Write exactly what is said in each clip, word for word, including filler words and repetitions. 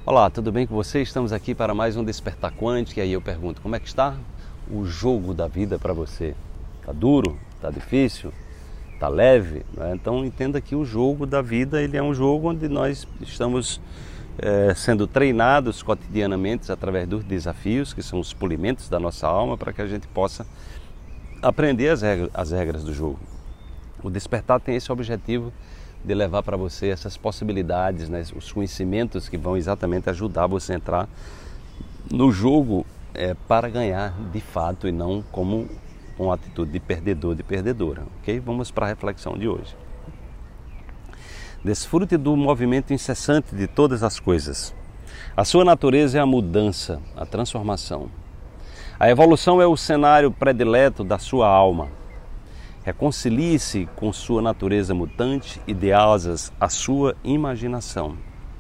Olá, tudo bem com você? Estamos aqui para mais um Despertar Quântico e aí eu pergunto, como é que está o jogo da vida para você? Está duro? Está difícil? Está leve? Né? Então entenda que o jogo da vida ele é um jogo onde nós estamos é, sendo treinados cotidianamente através dos desafios, que são os polimentos da nossa alma, para que a gente possa aprender as regras, as regras do jogo. O Despertar tem esse objetivo de levar para você essas possibilidades, né? Os conhecimentos que vão exatamente ajudar você a entrar no jogo é, para ganhar de fato e não como uma atitude de perdedor, de perdedora. Ok? Vamos para a reflexão de hoje. Desfrute do movimento incessante de todas as coisas. A sua natureza é a mudança, a transformação. A evolução é o cenário predileto da sua alma. Reconcilie-se com sua natureza mutante e dê asas à sua imaginação.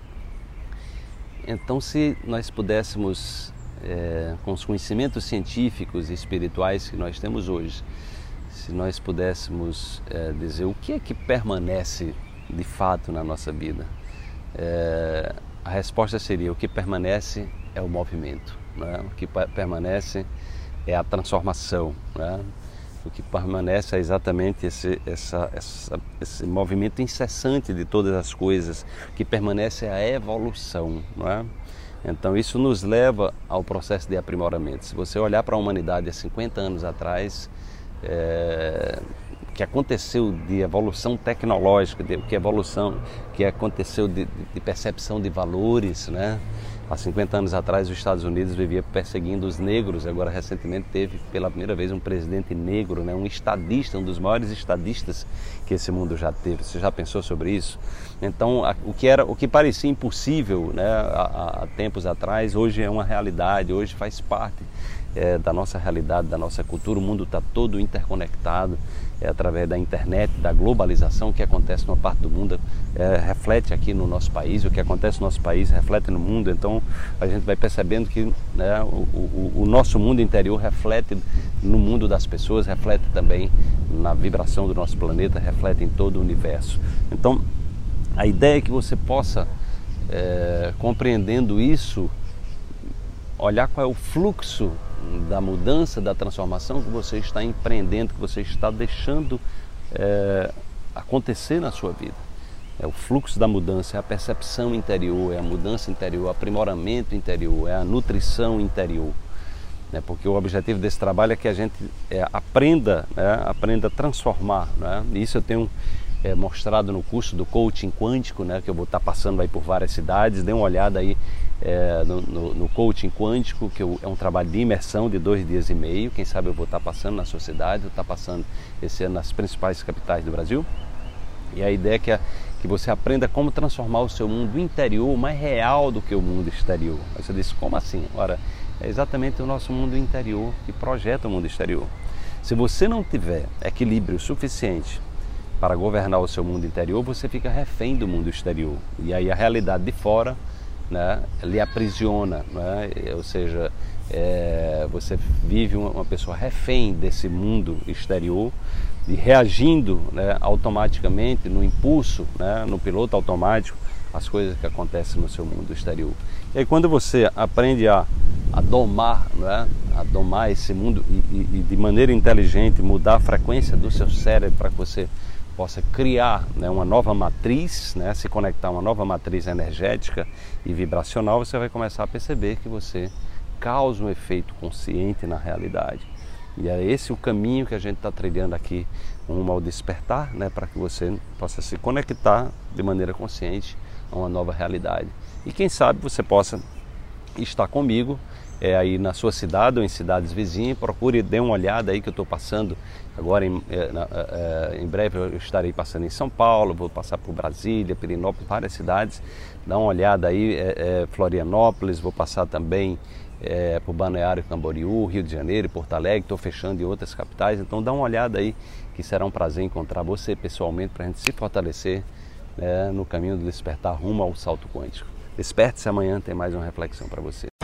Então, se nós pudéssemos, é, com os conhecimentos científicos e espirituais que nós temos hoje, se nós pudéssemos é, dizer o que é que permanece de fato na nossa vida, é, a resposta seria: o que permanece é o movimento, né? O que permanece é a transformação, né? O que permanece é exatamente esse, essa, essa, esse movimento incessante de todas as coisas. O que permanece é a evolução, não é? Então isso nos leva ao processo de aprimoramento. Se você olhar para a humanidade há cinquenta anos atrás, é, o que aconteceu de evolução tecnológica, de, que evolução que aconteceu de, de percepção de valores, né? Há cinquenta anos atrás, os Estados Unidos vivia perseguindo os negros. Agora, recentemente, teve pela primeira vez um presidente negro, né? Um estadista, um dos maiores estadistas que esse mundo já teve. Você já pensou sobre isso? Então, a, o, que era, o que parecia impossível, né, há, há tempos atrás, hoje é uma realidade, hoje faz parte é, da nossa realidade, da nossa cultura. O mundo está todo interconectado. É, através da internet, da globalização, o que acontece numa parte do mundo é, reflete aqui no nosso país, o que acontece no nosso país reflete no mundo. Então a gente vai percebendo que, né, o, o, o nosso mundo interior reflete no mundo das pessoas, reflete também na vibração do nosso planeta, reflete em todo o universo. Então a ideia é que você possa, é, compreendendo isso, olhar qual é o fluxo da mudança, da transformação que você está empreendendo, que você está deixando é, acontecer na sua vida. É o fluxo da mudança, é a percepção interior, é a mudança interior, o aprimoramento interior, é a nutrição interior. Né? Porque o objetivo desse trabalho é que a gente é, aprenda, né? aprenda a transformar. Né? Isso eu tenho é, mostrado no curso do Coaching Quântico, né? Que eu vou estar passando aí por várias cidades. Dê uma olhada aí É, no, no, no Coaching Quântico, que eu, é um trabalho de imersão de dois dias e meio. Quem sabe eu vou estar passando na sua cidade, vou estar passando esse ano nas principais capitais do Brasil. E a ideia é que, a, que você aprenda como transformar o seu mundo interior mais real do que o mundo exterior. Aí você diz, como assim? Ora, é exatamente o nosso mundo interior que projeta o mundo exterior. Se você não tiver equilíbrio suficiente para governar o seu mundo interior, você fica refém do mundo exterior. E aí a realidade de fora, né, lhe aprisiona, né? Ou seja, é, você vive uma, uma pessoa refém desse mundo exterior e reagindo, né, automaticamente no impulso, né, no piloto automático, as coisas que acontecem no seu mundo exterior. E aí quando você aprende a, a domar, né, a domar esse mundo e, e, e de maneira inteligente mudar a frequência do seu cérebro para que você possa criar, né, uma nova matriz, né, se conectar a uma nova matriz energética e vibracional, você vai começar a perceber que você causa um efeito consciente na realidade. E é esse o caminho que a gente está trilhando aqui, rumo ao despertar, né, para que você possa se conectar de maneira consciente a uma nova realidade. E quem sabe você possa estar comigo é, aí na sua cidade ou em cidades vizinhas. Procure, dê uma olhada aí que eu estou passando agora em, é, na, é, em breve eu estarei passando em São Paulo, vou passar por Brasília, Pirinópolis, várias cidades. Dá uma olhada aí, é, é, Florianópolis, vou passar também é, por Balneário Camboriú, Rio de Janeiro, Porto Alegre, estou fechando em outras capitais. Então dá uma olhada aí, que será um prazer encontrar você pessoalmente para a gente se fortalecer, né, no caminho do despertar rumo ao salto quântico. Desperte-se, amanhã tem mais uma reflexão para você.